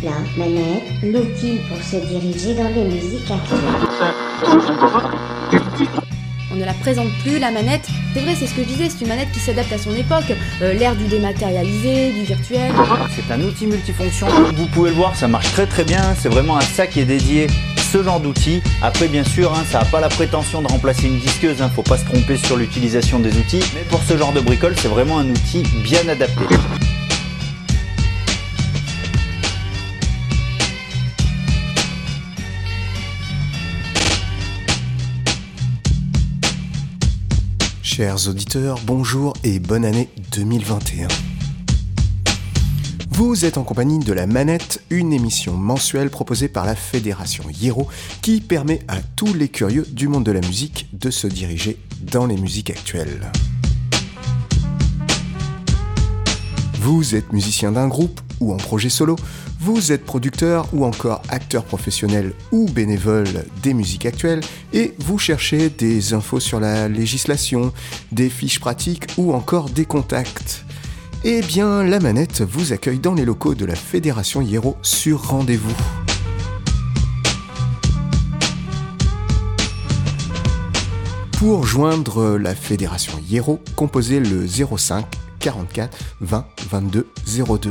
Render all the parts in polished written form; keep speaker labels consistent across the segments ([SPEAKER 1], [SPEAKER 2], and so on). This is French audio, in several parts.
[SPEAKER 1] tremplin, manette, l'outil pour se diriger dans les musiques actuelles.
[SPEAKER 2] On ne la présente plus, la manette. C'est vrai, c'est ce que je disais, c'est une manette qui s'adapte à son époque. L'ère du dématérialisé, du virtuel.
[SPEAKER 3] C'est un outil multifonction. Comme vous pouvez le voir, ça marche très très bien. C'est vraiment à ça qui est dédié ce genre d'outil. Après, bien sûr, ça n'a pas la prétention de remplacer une disqueuse. Faut pas se tromper sur l'utilisation des outils. Mais pour ce genre de bricole, c'est vraiment un outil bien adapté.
[SPEAKER 4] Chers auditeurs, bonjour et bonne année 2021. Vous êtes en compagnie de La Manette, une émission mensuelle proposée par la Fédération Hiero qui permet à tous les curieux du monde de la musique de se diriger dans les musiques actuelles. Vous êtes musicien d'un groupe ou en projet solo, vous êtes producteur ou encore acteur professionnel ou bénévole des musiques actuelles et vous cherchez des infos sur la législation, des fiches pratiques ou encore des contacts. Eh bien, La Manette vous accueille dans les locaux de la Fédération Hiero sur rendez-vous. Pour joindre la Fédération Hiero, composez le 05 44 20 22 02.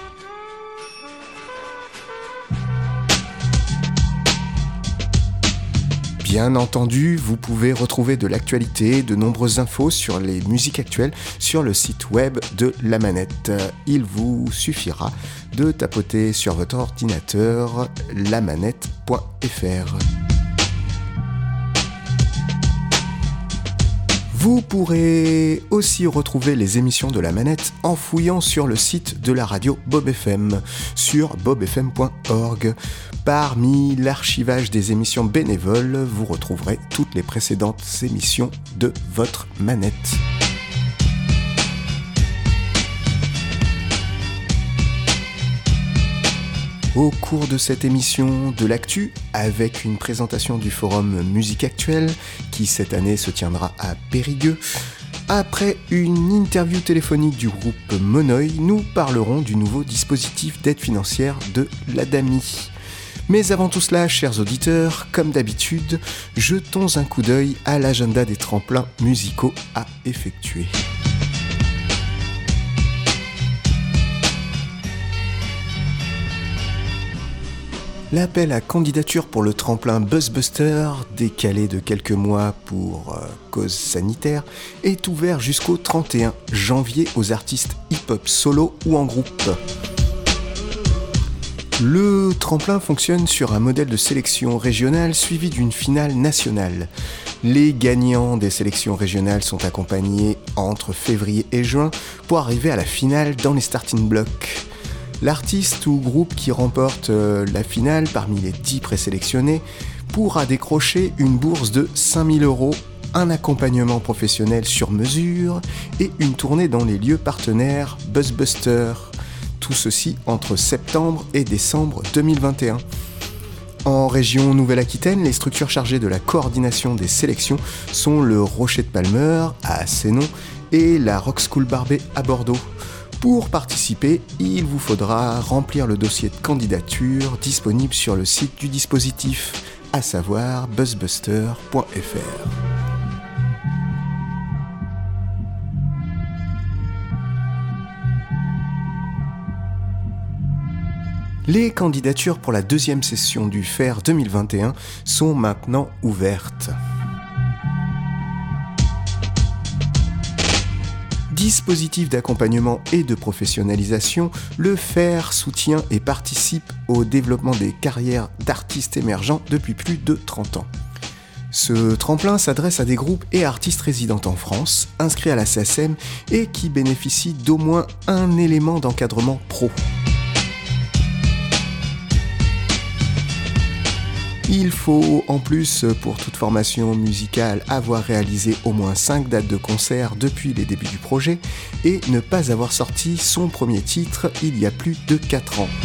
[SPEAKER 4] Bien entendu, vous pouvez retrouver de l'actualité, de nombreuses infos sur les musiques actuelles sur le site web de La Manette. Il vous suffira de tapoter sur votre ordinateur lamanette.fr. Vous pourrez aussi retrouver les émissions de La Manette en fouillant sur le site de la radio Bob FM, sur bobfm.org. Parmi l'archivage des émissions bénévoles, vous retrouverez toutes les précédentes émissions de votre manette. Au cours de cette émission de l'actu, avec une présentation du forum Musique Actuelle, qui cette année se tiendra à Périgueux, après une interview téléphonique du groupe Monoï, nous parlerons du nouveau dispositif d'aide financière de l'ADAMI. Mais avant tout cela, chers auditeurs, comme d'habitude, jetons un coup d'œil à l'agenda des tremplins musicaux à effectuer. L'appel à candidature pour le tremplin BuzzBuster, décalé de quelques mois pour cause sanitaire, est ouvert jusqu'au 31 janvier aux artistes hip-hop solo ou en groupe. Le tremplin fonctionne sur un modèle de sélection régionale suivi d'une finale nationale. Les gagnants des sélections régionales sont accompagnés entre février et juin pour arriver à la finale dans les starting blocks. L'artiste ou groupe qui remporte la finale parmi les 10 présélectionnés pourra décrocher une bourse de 5 000 €, un accompagnement professionnel sur mesure et une tournée dans les lieux partenaires BuzzBuster. Tout ceci entre septembre et décembre 2021. En région Nouvelle-Aquitaine, les structures chargées de la coordination des sélections sont le Rocher de Palmer à Sénon et la Rock School Barbet à Bordeaux. Pour participer, il vous faudra remplir le dossier de candidature disponible sur le site du dispositif, à savoir buzzbuster.fr. Les candidatures pour la deuxième session du FAIR 2021 sont maintenant ouvertes. Dispositif d'accompagnement et de professionnalisation, le FAIR soutient et participe au développement des carrières d'artistes émergents depuis plus de 30 ans. Ce tremplin s'adresse à des groupes et artistes résidant en France, inscrits à la SACEM et qui bénéficient d'au moins un élément d'encadrement pro. Il faut en plus, pour toute formation musicale, avoir réalisé au moins 5 dates de concert depuis les débuts du projet et ne pas avoir sorti son premier titre il y a plus de 4 ans.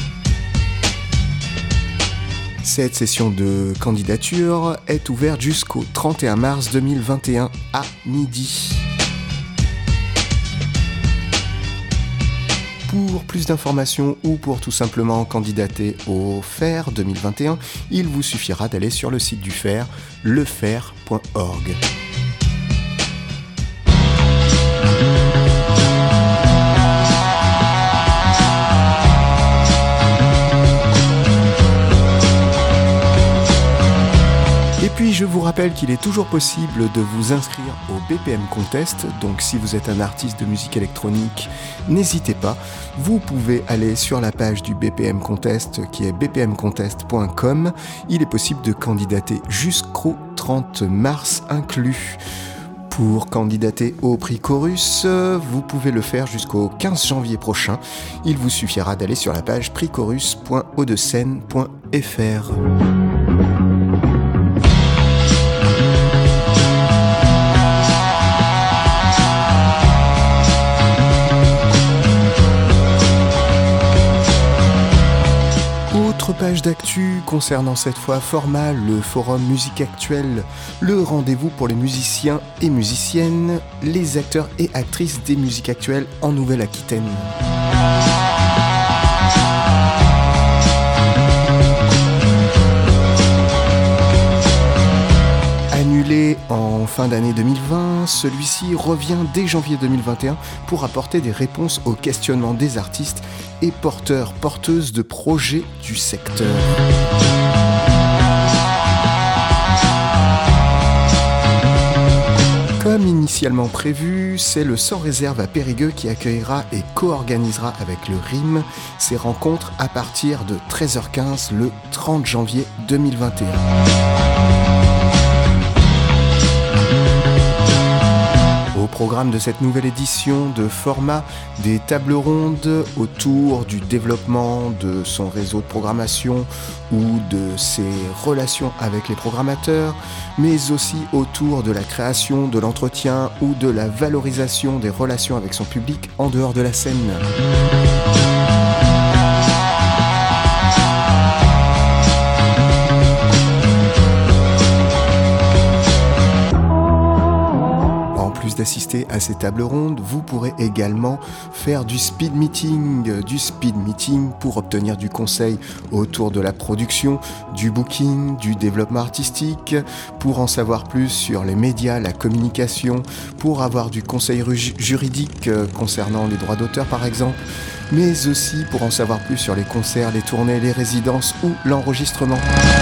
[SPEAKER 4] Cette session de candidature est ouverte jusqu'au 31 mars 2021 à midi. Pour plus d'informations ou pour tout simplement candidater au FAIR 2021, il vous suffira d'aller sur le site du FAIR, lefair.org. Et puis je vous rappelle qu'il est toujours possible de vous inscrire au BPM Contest, donc si vous êtes un artiste de musique électronique, n'hésitez pas, vous pouvez aller sur la page du BPM Contest qui est bpmcontest.com, il est possible de candidater jusqu'au 30 mars inclus. Pour candidater au prix Chorus, vous pouvez le faire jusqu'au 15 janvier prochain, il vous suffira d'aller sur la page prixchorus.hautdesseine.fr. Autre page d'actu concernant cette fois Forma, le forum Musique Actuelle, le rendez-vous pour les musiciens et musiciennes, les acteurs et actrices des musiques actuelles en Nouvelle-Aquitaine. Annulé en fin d'année 2020, celui-ci revient dès janvier 2021 pour apporter des réponses aux questionnements des artistes et porteuses de projets du secteur. Comme initialement prévu, c'est le Sans Réserve à Périgueux qui accueillera et co-organisera avec le RIM ces rencontres à partir de 13h15 le 30 janvier 2021. Au programme de cette nouvelle édition de Forma, des tables rondes autour du développement de son réseau de programmation ou de ses relations avec les programmateurs, mais aussi autour de la création, de l'entretien ou de la valorisation des relations avec son public en dehors de la scène. D'assister à ces tables rondes, vous pourrez également faire du speed meeting pour obtenir du conseil autour de la production, du booking, du développement artistique, pour en savoir plus sur les médias, la communication, pour avoir du conseil juridique concernant les droits d'auteur par exemple, mais aussi pour en savoir plus sur les concerts, les tournées, les résidences ou l'enregistrement.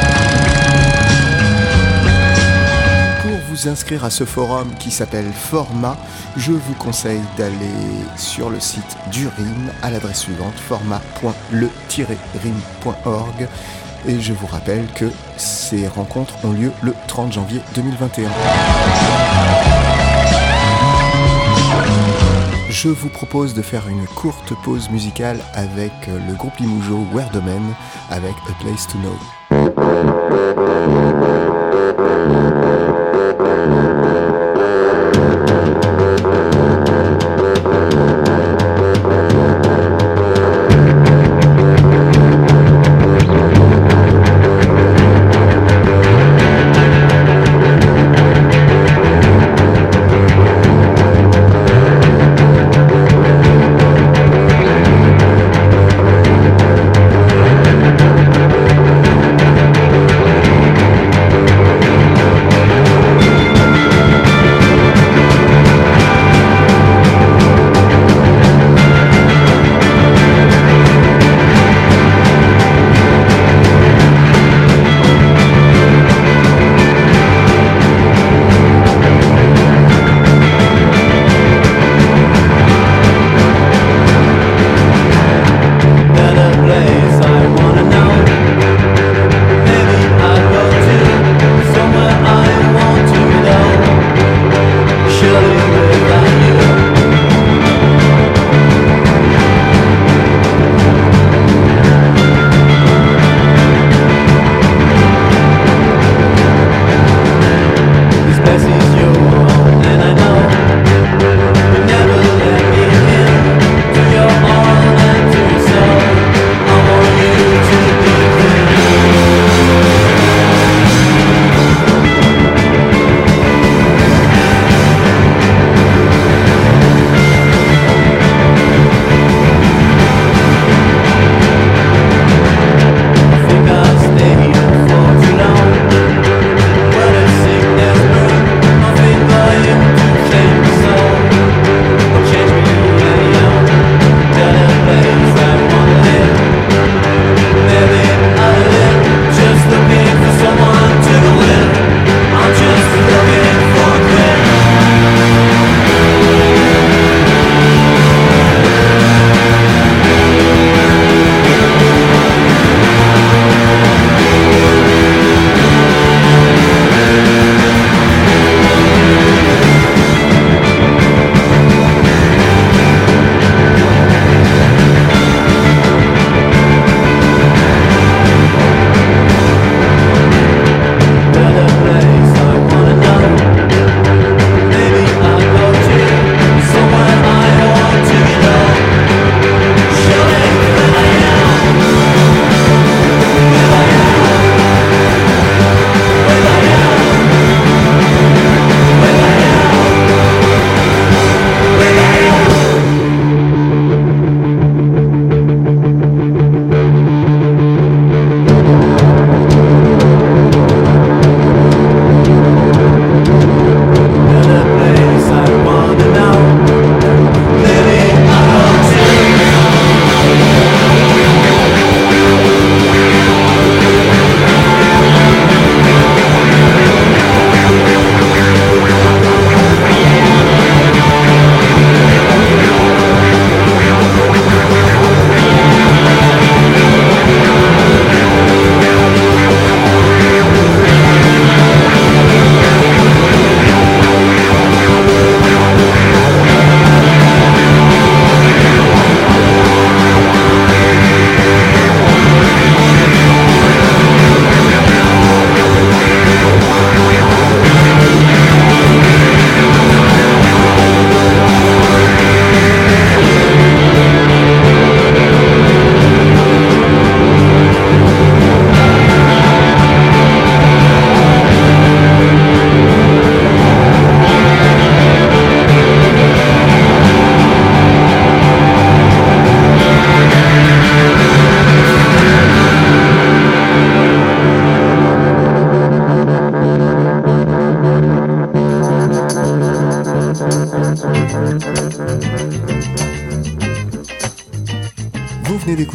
[SPEAKER 4] Vous inscrire à ce forum qui s'appelle Forma, je vous conseille d'aller sur le site du RIM à l'adresse suivante forma.le-rim.org et je vous rappelle que ces rencontres ont lieu le 30 janvier 2021. Je vous propose de faire une courte pause musicale avec le groupe Limoujo Where Domain avec A Place to Know.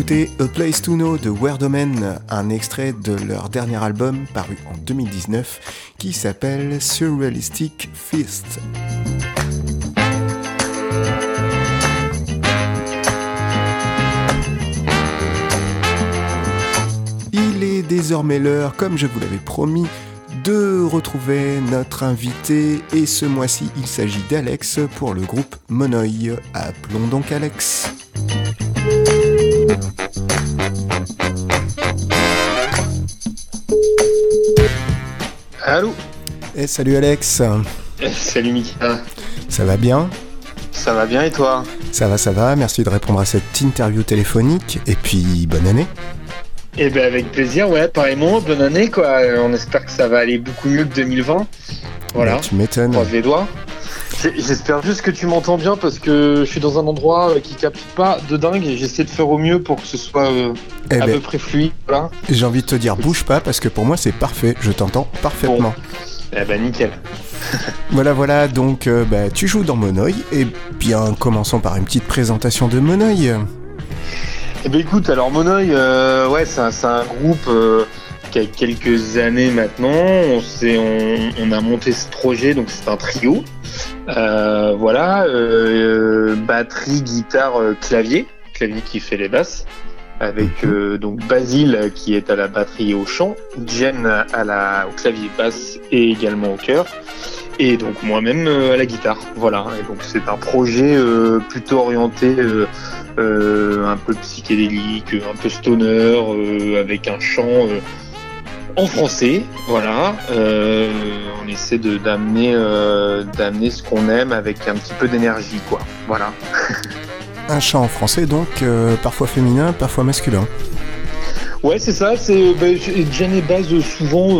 [SPEAKER 4] d'écouter A Place to Know de Werdomen, un extrait de leur dernier album paru en 2019 qui s'appelle Surrealistic Feast. Il est désormais l'heure, comme je vous l'avais promis, de retrouver notre invité, et ce mois-ci il s'agit d'Alex pour le groupe Monoï. Appelons donc Alex.
[SPEAKER 5] Allô.
[SPEAKER 4] Salut Alex.
[SPEAKER 5] Salut Mika.
[SPEAKER 4] Ça va bien ?
[SPEAKER 5] Ça va bien et toi ?
[SPEAKER 4] Ça va, merci de répondre à cette interview téléphonique, et puis bonne année.
[SPEAKER 5] Eh ben avec plaisir, ouais, pareillement, bonne année quoi. On espère que ça va aller beaucoup mieux que 2020. Voilà.
[SPEAKER 4] Bah, tu m'étonnes.
[SPEAKER 5] Croise les doigts. J'espère juste que tu m'entends bien parce que je suis dans un endroit qui capte pas de dingue et j'essaie de faire au mieux pour que ce soit à peu près fluide. Voilà.
[SPEAKER 4] J'ai envie de te dire, bouge pas parce que pour moi c'est parfait, je t'entends parfaitement.
[SPEAKER 5] Bon. Eh ben nickel.
[SPEAKER 4] Voilà, donc tu joues dans Monoï, et bien commençons par une petite présentation de Monoï.
[SPEAKER 5] Eh ben écoute, alors Monoï, c'est un groupe qui a quelques années maintenant. On a monté ce projet, donc c'est un trio. Batterie, guitare, clavier qui fait les basses, avec donc Basile qui est à la batterie et au chant, Jen au clavier basse et également au chœur, et donc moi-même à la guitare. Voilà, et donc c'est un projet plutôt orienté un peu psychédélique, un peu stoner, avec un chant en français. Voilà, on essaie d'amener ce qu'on aime avec un petit peu d'énergie, quoi. Voilà.
[SPEAKER 4] Un chant en français, donc parfois féminin, parfois masculin.
[SPEAKER 5] Ouais, c'est ça. Jen et Baz souvent.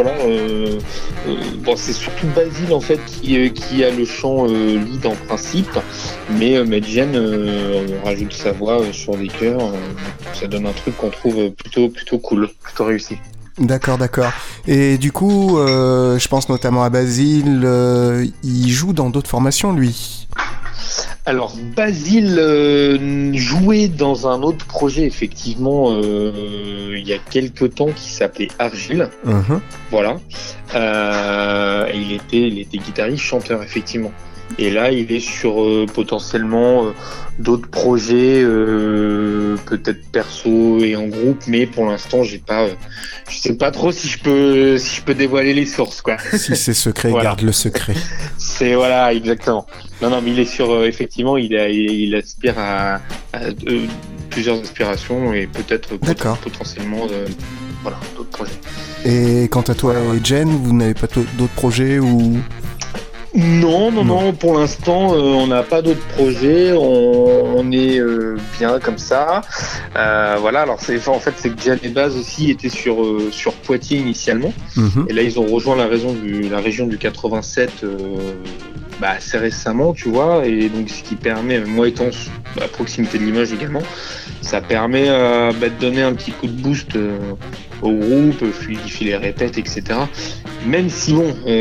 [SPEAKER 5] C'est surtout Basile en fait qui a le chant lead en principe, mais Jen on rajoute sa voix sur des chœurs. Ça donne un truc qu'on trouve plutôt cool, plutôt réussi.
[SPEAKER 4] D'accord. Et du coup, je pense notamment à Basile. Il joue dans d'autres formations, lui.
[SPEAKER 5] Alors Basile jouait dans un autre projet effectivement il y a quelques temps qui s'appelait Argile. Voilà. Il était guitariste chanteur effectivement. Et là il est sur potentiellement d'autres projets peut-être perso et en groupe, mais pour l'instant je sais pas trop si je peux dévoiler les sources quoi.
[SPEAKER 4] Si c'est secret, voilà. Garde le secret.
[SPEAKER 5] C'est voilà, exactement. Non, mais il est sur effectivement, il aspire à plusieurs aspirations et peut-être potentiellement d'autres projets.
[SPEAKER 4] Et quant à toi et Jen, vous n'avez pas d'autres projets ou?
[SPEAKER 5] Non, pour l'instant, on n'a pas d'autres projets, on est bien comme ça. Alors c'est que Jen et Baz aussi étaient sur Poitiers initialement, et là ils ont rejoint la région du 87 assez récemment, tu vois, et donc ce qui permet, moi étant à proximité de Limoges également, ça permet de donner un petit coup de boost au groupe, fluidifier les répètes, etc. Même si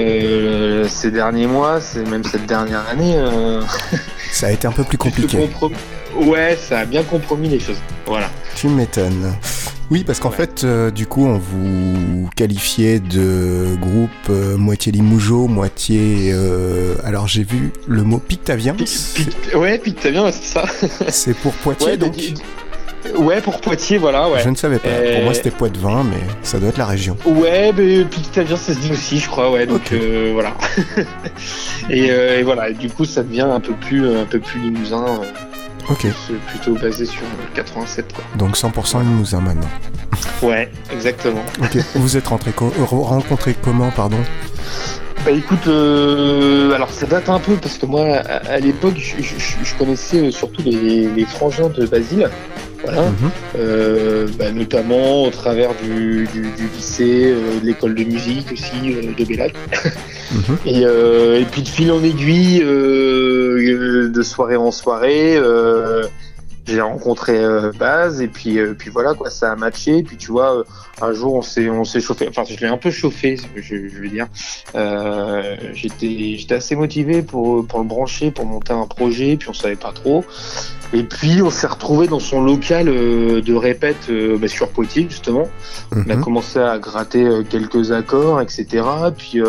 [SPEAKER 5] ces derniers mois, même cette dernière année,
[SPEAKER 4] ça a été un peu plus compliqué.
[SPEAKER 5] Ouais, ça a bien compromis les choses. Voilà.
[SPEAKER 4] Tu m'étonnes. Oui, parce qu'en fait, du coup, on vous qualifiait de groupe moitié Limougeot, moitié... alors, j'ai vu le mot Pictavien.
[SPEAKER 5] Pictavien, c'est ça.
[SPEAKER 4] C'est pour Poitiers, donc.
[SPEAKER 5] Ouais, pour Poitiers, voilà. Ouais.
[SPEAKER 4] Je ne savais pas. Pour moi, c'était Poitevin, mais ça doit être la région.
[SPEAKER 5] Ouais, mais Pictavien, ça se dit aussi, je crois. Ouais, donc voilà. et voilà. Et du coup, ça devient un peu plus limousin.
[SPEAKER 4] Ok.
[SPEAKER 5] C'est plutôt basé sur 87, quoi.
[SPEAKER 4] Donc 100% Limousin maintenant.
[SPEAKER 5] Ouais, exactement.
[SPEAKER 4] Ok. Vous êtes rencontrés comment, pardon?
[SPEAKER 5] Bah écoute, alors ça date un peu parce que moi à l'époque je connaissais surtout les frangins de Basile, voilà, notamment au travers du lycée, de l'école de musique aussi de Bellac, et puis de fil en aiguille, de soirée en soirée, j'ai rencontré Baz et puis voilà quoi, ça a matché. Et puis tu vois, un jour on s'est chauffé. Enfin, je l'ai un peu chauffé, je veux dire. J'étais assez motivé pour le brancher, pour monter un projet. Puis on savait pas trop. Et puis on s'est retrouvé dans son local de répète sur Poitiers justement. On a commencé à gratter quelques accords, etc. Puis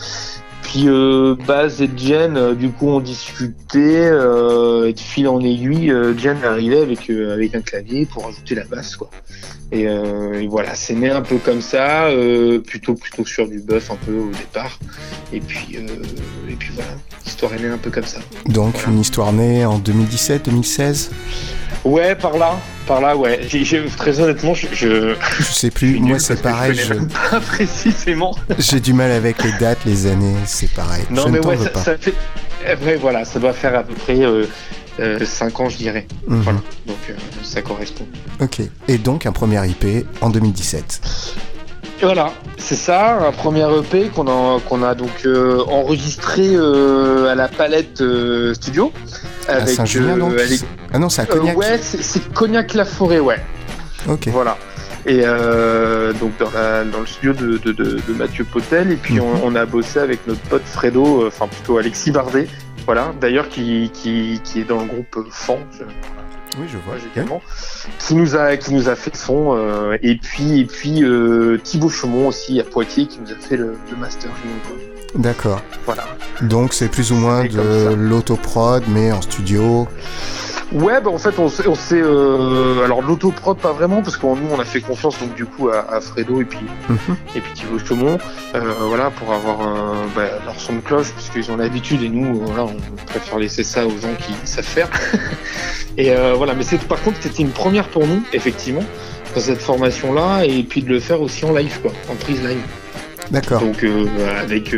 [SPEAKER 5] Baz et Jen, du coup, on discutait, et de fil en aiguille, Jen arrivait avec un clavier pour ajouter la basse, quoi. Et voilà, c'est né un peu comme ça, plutôt sur du buff un peu au départ. Et puis voilà, l'histoire est née un peu comme ça.
[SPEAKER 4] Donc
[SPEAKER 5] voilà.
[SPEAKER 4] Une histoire née en 2017, 2016 ?
[SPEAKER 5] Ouais, par là, ouais. Très honnêtement, je
[SPEAKER 4] sais plus. Moi, c'est pareil.
[SPEAKER 5] Je connais pas précisément.
[SPEAKER 4] J'ai du mal avec les dates, les années. C'est pareil.
[SPEAKER 5] Non, mais ouais, ça fait. Ouais, voilà, ça doit faire à peu près 5 ans, je dirais. Voilà. Donc, ça correspond.
[SPEAKER 4] Ok. Et donc, un premier IP en 2017.
[SPEAKER 5] Voilà, c'est ça, un premier EP qu'on a donc enregistré à la Palette Studio.
[SPEAKER 4] À Saint-Julien, donc Ah non, c'est à Cognac.
[SPEAKER 5] Ouais, c'est Cognac-la-Forêt, ouais.
[SPEAKER 4] Ok.
[SPEAKER 5] Voilà. Et donc dans le studio de Mathieu Potel, et puis on a bossé avec notre pote Fredo, enfin plutôt Alexis Bardet, voilà, d'ailleurs qui est dans le groupe Fan.
[SPEAKER 4] Oui, je vois.
[SPEAKER 5] Également, qui nous a fait le son, et puis Thibaut Chaumont aussi à Poitiers qui nous a fait le master.
[SPEAKER 4] D'accord.
[SPEAKER 5] Voilà.
[SPEAKER 4] Donc c'est plus ou moins de l'autoprod, mais en studio.
[SPEAKER 5] Ouais, bah en fait on s'est alors l'autoprod pas vraiment parce que nous on a fait confiance donc du coup à Fredo et puis Thibaut Chaumont, voilà, pour avoir leur son de cloche parce qu'ils ont l'habitude et nous voilà, on préfère laisser ça aux gens qui savent faire. Et voilà, mais par contre c'était une première pour nous effectivement dans cette formation là, et puis de le faire aussi en live quoi, en prise live.
[SPEAKER 4] D'accord.
[SPEAKER 5] Donc avec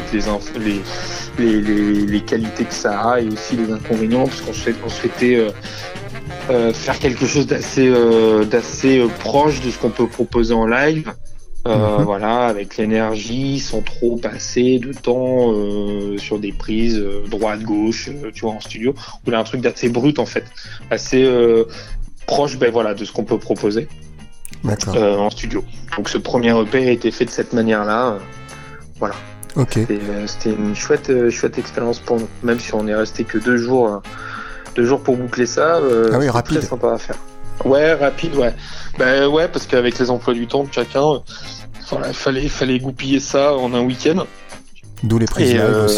[SPEAKER 5] les qualités que ça a et aussi les inconvénients, parce qu'on souhaitait faire quelque chose d'assez proche de ce qu'on peut proposer en live. Voilà, avec l'énergie, sans trop passer de temps sur des prises droite, gauche, tu vois, en studio. Où il y a un truc d'assez brut en fait, assez proche, de ce qu'on peut proposer. En studio. Donc ce premier EP a été fait de cette manière-là. Voilà.
[SPEAKER 4] Ok.
[SPEAKER 5] C'était une chouette expérience pour nous, même si on est resté que 2 jours pour boucler ça.
[SPEAKER 4] Ah oui, rapide.
[SPEAKER 5] Très sympa à faire. Ouais, rapide, ouais. Ouais, parce qu'avec les emplois du temps de chacun, il fallait goupiller ça en un week-end.
[SPEAKER 4] D'où les prises live aussi.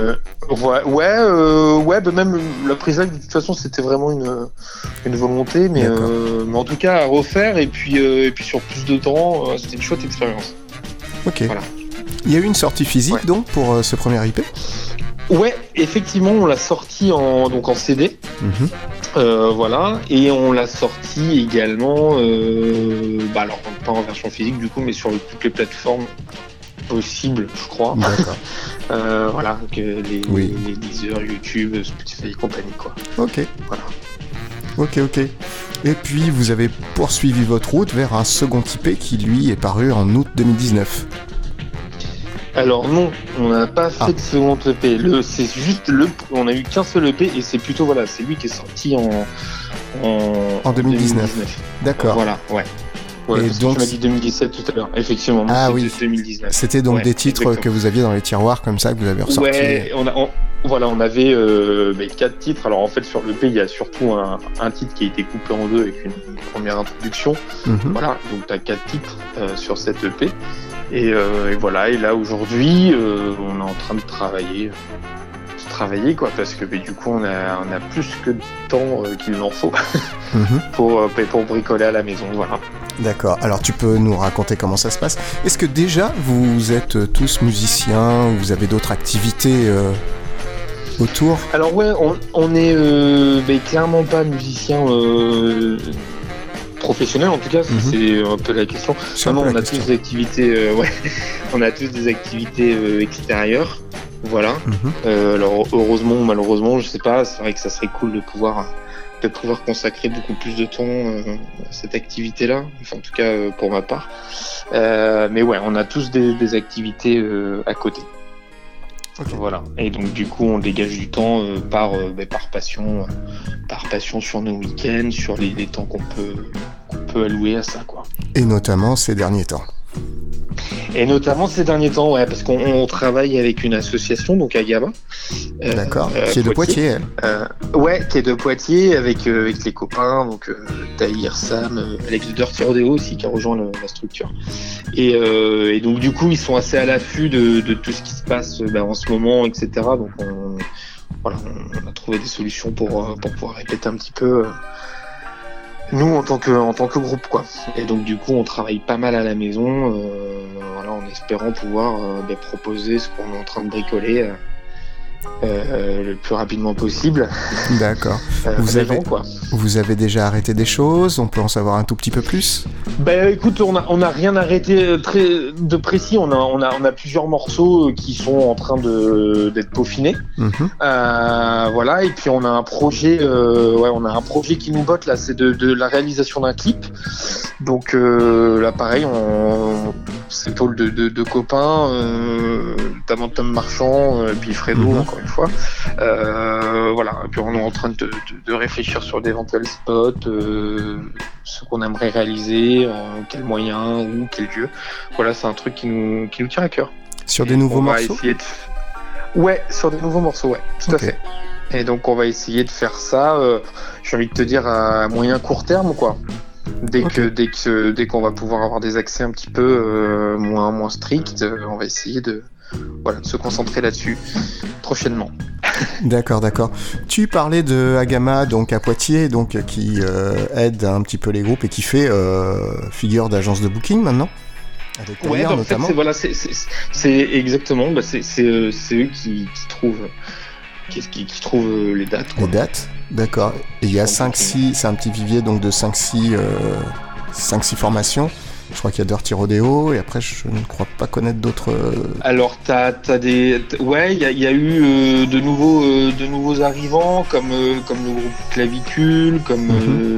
[SPEAKER 5] Même la prise live de toute façon c'était vraiment une volonté, mais en tout cas à refaire et puis sur plus de temps, c'était une chouette expérience.
[SPEAKER 4] Ok.
[SPEAKER 5] Voilà.
[SPEAKER 4] Il y a eu une sortie physique donc pour ce premier IP.
[SPEAKER 5] Ouais, effectivement, on l'a sorti en CD. Voilà, et on l'a sorti également, alors pas en version physique du coup, mais sur toutes les plateformes possible, je crois.
[SPEAKER 4] D'accord.
[SPEAKER 5] Voilà, que les Deezer, YouTube, Spotify et compagnie, quoi.
[SPEAKER 4] Ok.
[SPEAKER 5] Voilà.
[SPEAKER 4] Ok. Et puis, vous avez poursuivi votre route vers un second IP qui, lui, est paru en août 2019.
[SPEAKER 5] Alors non, on n'a pas fait de second EP. C'est juste on a eu qu'un seul EP et c'est plutôt, c'est lui qui est sorti en
[SPEAKER 4] 2019. D'accord.
[SPEAKER 5] Voilà, ouais. Ouais,
[SPEAKER 4] et donc,
[SPEAKER 5] tu m'as dit 2017 tout à l'heure, effectivement.
[SPEAKER 4] Oui,
[SPEAKER 5] 2019.
[SPEAKER 4] C'était donc des titres exactement. Que vous aviez dans les tiroirs comme ça que vous avez ressortis.
[SPEAKER 5] Ouais, on avait 4 titres. Alors en fait sur l'EP il y a surtout un titre qui a été coupé en 2 avec une première introduction. Voilà, donc tu as 4 titres sur cette EP. Et voilà, et là aujourd'hui on est en train de travailler quoi, parce que du coup on a plus que de temps qu'il en faut pour bricoler à la maison, voilà.
[SPEAKER 4] D'accord, alors tu peux nous raconter comment ça se passe. Est-ce que déjà vous êtes tous musiciens ou vous avez d'autres activités autour ?
[SPEAKER 5] Alors ouais, on est clairement pas musiciens professionnels, en tout cas, c'est un peu la question. On a tous des activités, on a tous des activités extérieures. Voilà. Alors heureusement ou malheureusement, je sais pas, c'est vrai que ça serait cool de pouvoir consacrer beaucoup plus de temps à cette activité-là, enfin en tout cas pour ma part. Mais ouais, on a tous des activités à côté.
[SPEAKER 4] Okay.
[SPEAKER 5] Voilà. Et donc du coup, on dégage du temps par passion sur nos week-ends, sur les temps qu'on peut allouer à ça, quoi.
[SPEAKER 4] Et notamment ces derniers temps.
[SPEAKER 5] Et notamment ces derniers temps, ouais, parce qu'on travaille avec une association, donc Agama.
[SPEAKER 4] D'accord. Qui est de Poitiers, elle.
[SPEAKER 5] Ouais, qui est de Poitiers, avec les copains, donc Tahir, Sam, Alex de Dirty Rodeo aussi, qui a rejoint la structure. Et donc du coup, ils sont assez à l'affût de tout ce qui se passe en ce moment, etc. Donc on a trouvé des solutions pour pouvoir répéter un petit peu. Nous en tant que groupe, quoi. Et donc du coup on travaille pas mal à la maison, en espérant pouvoir proposer ce qu'on est en train de bricoler le plus rapidement possible.
[SPEAKER 4] D'accord. Vous avez déjà arrêté des choses? On peut en savoir un tout petit peu plus?
[SPEAKER 5] Écoute, on a rien arrêté très de précis. On a plusieurs morceaux qui sont en train d'être peaufinés. Voilà. Et puis on a un projet, qui nous botte là. C'est de la réalisation d'un clip. Donc là, pareil, c'est une tôle de copains, notamment Tom Marchand, puis Fredo, encore une fois. Voilà. Et puis on est en train de réfléchir sur d'éventuels spots, ce qu'on aimerait réaliser, quels moyens ou quel lieu. Voilà, c'est un truc qui nous tient à cœur.
[SPEAKER 4] Sur des nouveaux morceaux?
[SPEAKER 5] Ouais, sur des nouveaux morceaux, ouais, tout à fait. Et donc on va essayer de faire ça, j'ai envie de te dire, à moyen court terme, quoi. Dès qu'on va pouvoir avoir des accès un petit peu moins stricts, on va essayer de se concentrer là-dessus prochainement.
[SPEAKER 4] D'accord. Tu parlais de Agama, donc à Poitiers, donc qui aide un petit peu les groupes et qui fait figure d'agence de booking maintenant. Avec Tahir, notamment.
[SPEAKER 5] En fait, c'est exactement, c'est eux qui trouvent. Qui trouve les dates, quoi.
[SPEAKER 4] Les dates, d'accord. Et il y a 5-6, c'est un petit vivier donc de 5-6 formations. Je crois qu'il y a Dirty Rodeo et après je ne crois pas connaître d'autres.
[SPEAKER 5] Alors t'as des, ouais, il y a eu de nouveaux arrivants comme le groupe Clavicule, comme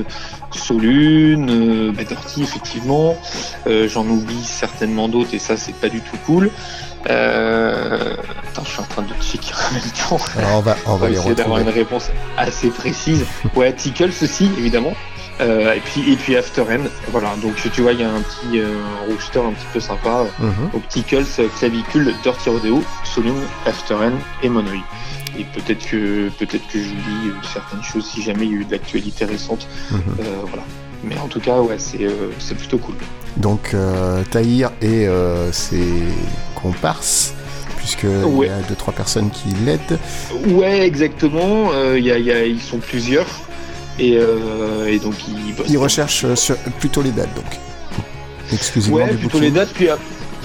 [SPEAKER 5] Solune, Dirty effectivement. J'en oublie certainement d'autres et ça c'est pas du tout cool. Attends, je suis en train de checker en même temps.
[SPEAKER 4] Alors on va les
[SPEAKER 5] essayer
[SPEAKER 4] retrouver.
[SPEAKER 5] d'avoir une réponse assez précise. Ouais, Tickles aussi, évidemment. Et puis After End. Voilà, donc tu vois, il y a un petit roster un petit peu sympa. Donc Tickles, Clavicule, Dirty Rodeo, Solune, After End et Monoï. Et peut-être que j'oublie certaines choses si jamais il y a eu de l'actualité récente. Voilà. Mais en tout cas, ouais, c'est plutôt cool.
[SPEAKER 4] Donc Tahir et ses comparses, puisqu'il y a 2-3 personnes qui l'aident.
[SPEAKER 5] Ouais, exactement. Ils sont plusieurs. Et donc ils bossent.
[SPEAKER 4] Ils recherchent plutôt les dates, donc. Exclusivement
[SPEAKER 5] ouais,
[SPEAKER 4] du
[SPEAKER 5] plutôt
[SPEAKER 4] booking.
[SPEAKER 5] les dates. Puis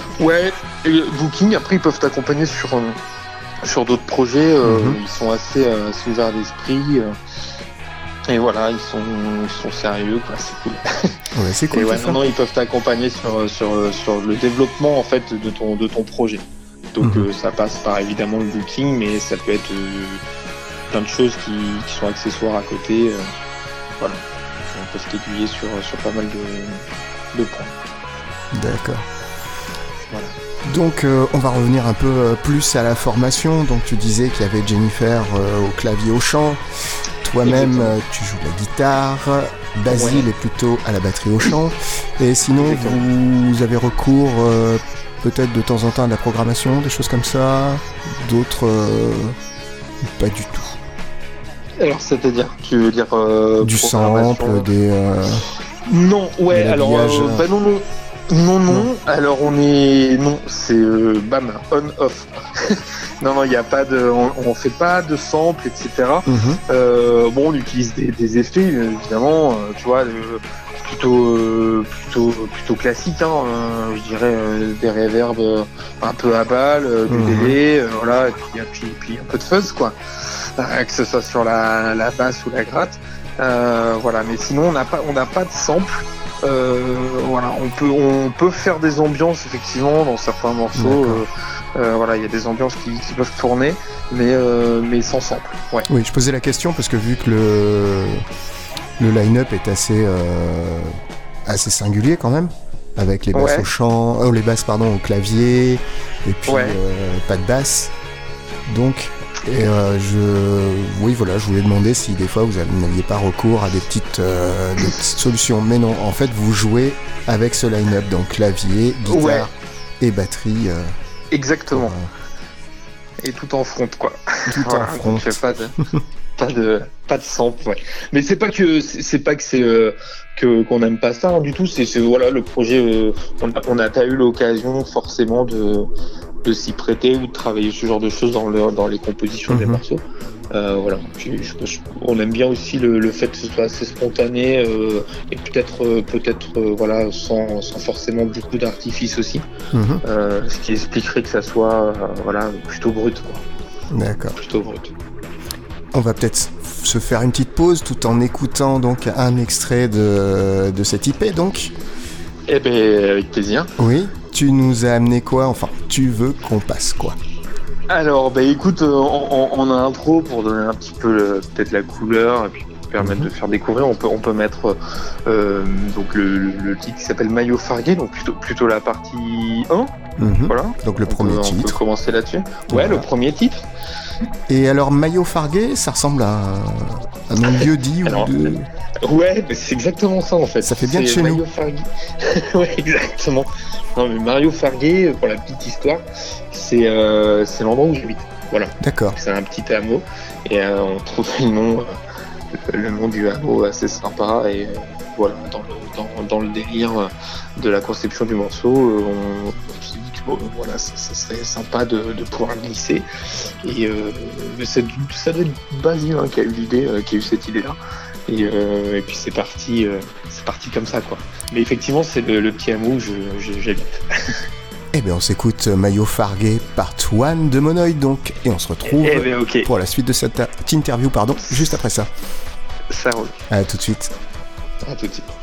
[SPEAKER 5] booking. Après, ils peuvent t'accompagner sur d'autres projets. Ils sont assez ouverts d'esprit. Et voilà, ils sont sérieux, quoi. C'est cool.
[SPEAKER 4] Ouais, c'est cool.
[SPEAKER 5] Et ouais, non, ils peuvent t'accompagner sur le développement en fait de ton projet. Donc ça passe par évidemment le booking, mais ça peut être plein de choses qui sont accessoires à côté. Voilà, on peut s'aiguiller sur pas mal de points.
[SPEAKER 4] D'accord.
[SPEAKER 5] Voilà.
[SPEAKER 4] Donc on va revenir un peu plus à la formation. Donc tu disais qu'il y avait Jennifer au clavier, au chant. Toi-même, tu joues la guitare. Basile est plutôt à la batterie, au chant. Et sinon, vous avez recours peut-être de temps en temps à de la programmation, des choses comme ça. D'autres, pas du tout.
[SPEAKER 5] Alors, c'est-à-dire, tu veux dire
[SPEAKER 4] du sample, des.
[SPEAKER 5] Non, ouais. Alors, non. Alors c'est bam, on off. non, il y a pas de, on fait pas de sample, etc. Bon, on utilise des effets évidemment, tu vois, plutôt classique, hein, je dirais des reverbs un peu à balle, du délai, voilà, et puis un peu de fuzz, quoi, que ce soit sur la basse ou la gratte, voilà. Mais sinon, on n'a pas de sample. Voilà, on peut faire des ambiances effectivement dans certains morceaux. Voilà, il y a des ambiances qui peuvent tourner, mais sans sample. Ouais.
[SPEAKER 4] Oui, je posais la question parce que vu que le line-up est assez singulier quand même, avec les basses au chant, les basses au clavier, et puis pas de basse. Donc, oui, voilà, je voulais demander si des fois vous n'aviez pas recours à des petites solutions. Mais non, en fait, vous jouez avec ce line-up, donc clavier, guitare et batterie.
[SPEAKER 5] Exactement. Et tout en front, quoi.
[SPEAKER 4] Tout en front.
[SPEAKER 5] Donc, pas de sample, ouais. Mais c'est pas que c'est qu'on n'aime pas ça, hein, du tout. C'est voilà, le projet. On n'a pas eu l'occasion forcément de s'y prêter ou de travailler ce genre de choses dans les compositions des morceaux. Voilà. On aime bien aussi le fait que ce soit assez spontané et peut-être voilà, sans forcément beaucoup d'artifice aussi. Ce qui expliquerait que ça soit voilà, plutôt brut, quoi.
[SPEAKER 4] D'accord.
[SPEAKER 5] Plutôt brut.
[SPEAKER 4] On va peut-être se faire une petite pause tout en écoutant donc un extrait de cette IP, donc.
[SPEAKER 5] Eh ben, avec plaisir.
[SPEAKER 4] Oui, tu nous as amené quoi? Enfin, tu veux qu'on passe quoi?
[SPEAKER 5] Alors, bah écoute, en intro, pour donner un petit peu peut-être la couleur et puis pour permettre de faire découvrir, on peut mettre donc le titre qui s'appelle Maillot Fargué, donc plutôt la partie 1. Voilà. Donc le premier titre. On peut commencer là-dessus. Ouais, le premier titre.
[SPEAKER 4] Et alors, Maillot Fargué, ça ressemble à un nom de lieu-dit ou de...
[SPEAKER 5] Ouais, mais c'est exactement ça en fait.
[SPEAKER 4] Ça fait bien de chez nous.
[SPEAKER 5] Ouais, exactement. Non, mais Mario Fargué, pour la petite histoire, c'est l'endroit où j'habite. Voilà. D'accord. C'est un petit hameau et on trouve le nom du hameau assez sympa et voilà, dans le délire de la conception du morceau, on s'est dit que voilà, ça serait sympa de pouvoir glisser et ça doit être Basile qui a eu l'idée, qui a eu cette idée-là. Et puis c'est parti comme ça, quoi. Mais effectivement, c'est le petit hameau où j'habite.
[SPEAKER 4] Eh bien, on s'écoute Maillot Fargué Part 1 de Monoïde, donc. Et on se retrouve pour la suite de cette interview, juste après ça.
[SPEAKER 5] Ça roule.
[SPEAKER 4] À tout de suite.
[SPEAKER 5] À tout de suite.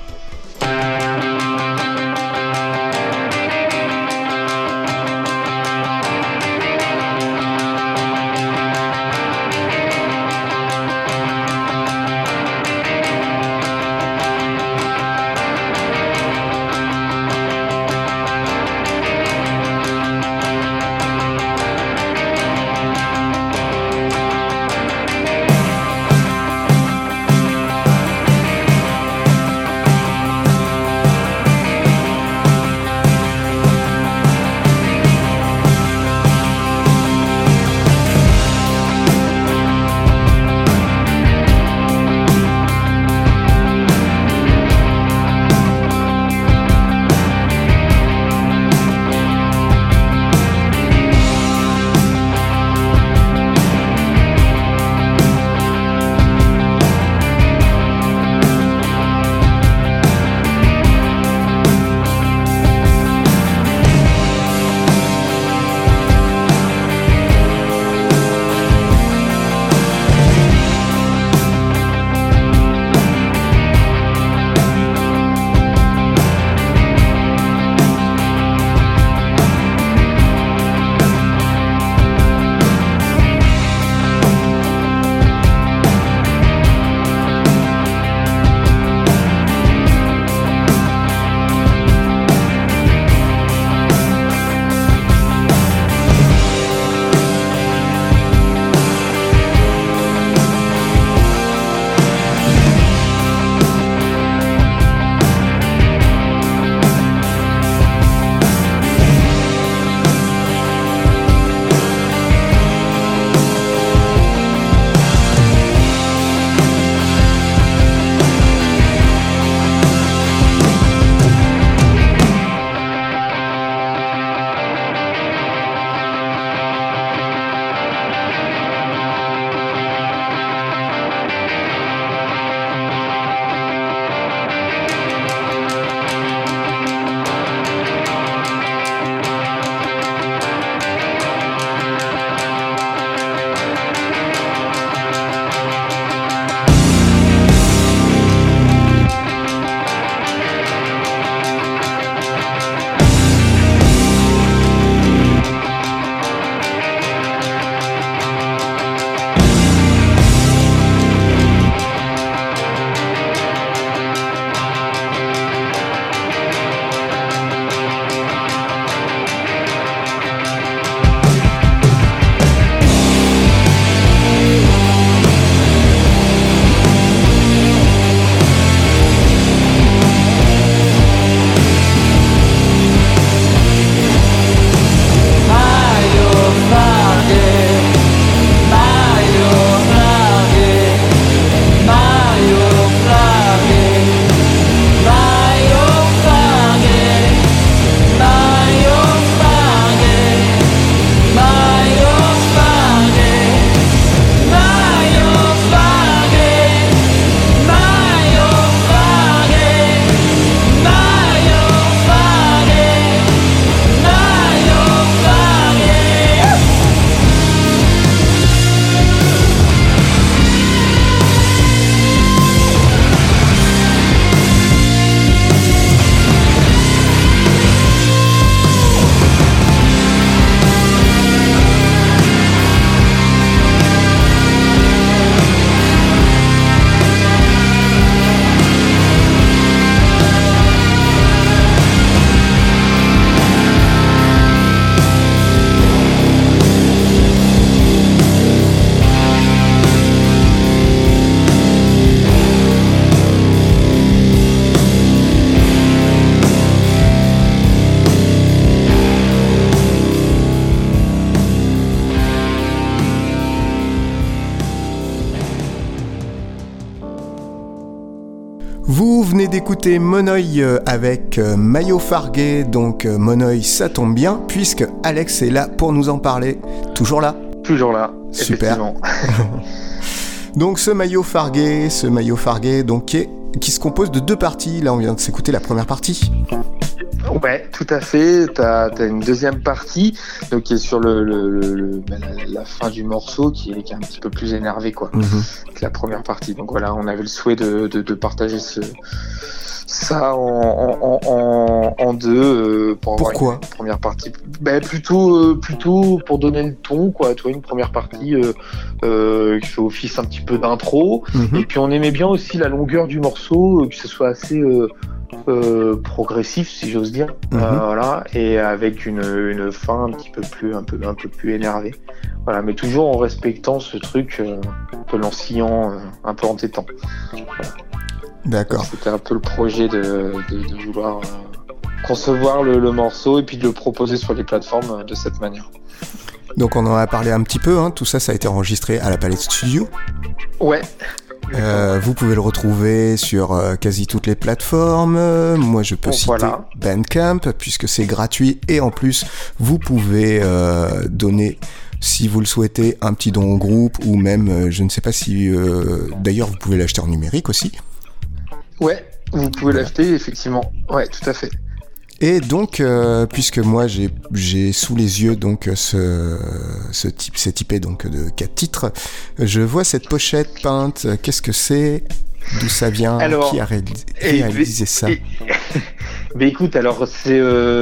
[SPEAKER 4] d'écouter Monoï avec Mayo Farguet, donc Monoï ça tombe bien puisque Alex est là pour nous en parler. Toujours là ?
[SPEAKER 5] Toujours là.
[SPEAKER 4] Super. Donc ce Mayo Farguet, donc qui se compose de 2 parties. Là on vient de s'écouter la première partie.
[SPEAKER 5] Ouais, tout à fait. T'as une deuxième partie, donc qui est sur la fin du morceau, qui est un petit peu plus énervé, quoi, que la première partie. Donc voilà, on avait le souhait de partager ça en deux pour avoir une première partie. Plutôt pour donner le ton, quoi. Tu vois, une première partie qui fait office un petit peu d'intro. Et puis on aimait bien aussi la longueur du morceau, que ce soit assez progressif, si j'ose dire, voilà, et avec une fin un peu plus énervée, voilà, mais toujours en respectant ce truc un peu lancinant, un peu entêtant. Voilà.
[SPEAKER 4] D'accord.
[SPEAKER 5] C'était un peu le projet de vouloir concevoir le morceau et puis de le proposer sur les plateformes de cette manière.
[SPEAKER 4] Donc on en a parlé un petit peu, tout ça a été enregistré à la Palette Studio.
[SPEAKER 5] Ouais.
[SPEAKER 4] Vous pouvez le retrouver sur quasi toutes les plateformes. Moi, je peux citer Bandcamp, puisque c'est gratuit. Et en plus, vous pouvez donner, si vous le souhaitez, un petit don au groupe. Ou même, je ne sais pas si... d'ailleurs, vous pouvez l'acheter en numérique aussi. Ouais,
[SPEAKER 5] vous pouvez l'acheter, effectivement. Ouais, tout à fait.
[SPEAKER 4] Et donc, puisque moi j'ai sous les yeux donc cet IP donc de 4 titres, je vois cette pochette peinte. Qu'est-ce que c'est ? D'où ça vient ?
[SPEAKER 5] Alors,
[SPEAKER 4] qui a réalisé ça ?
[SPEAKER 5] Mais écoute, alors c'est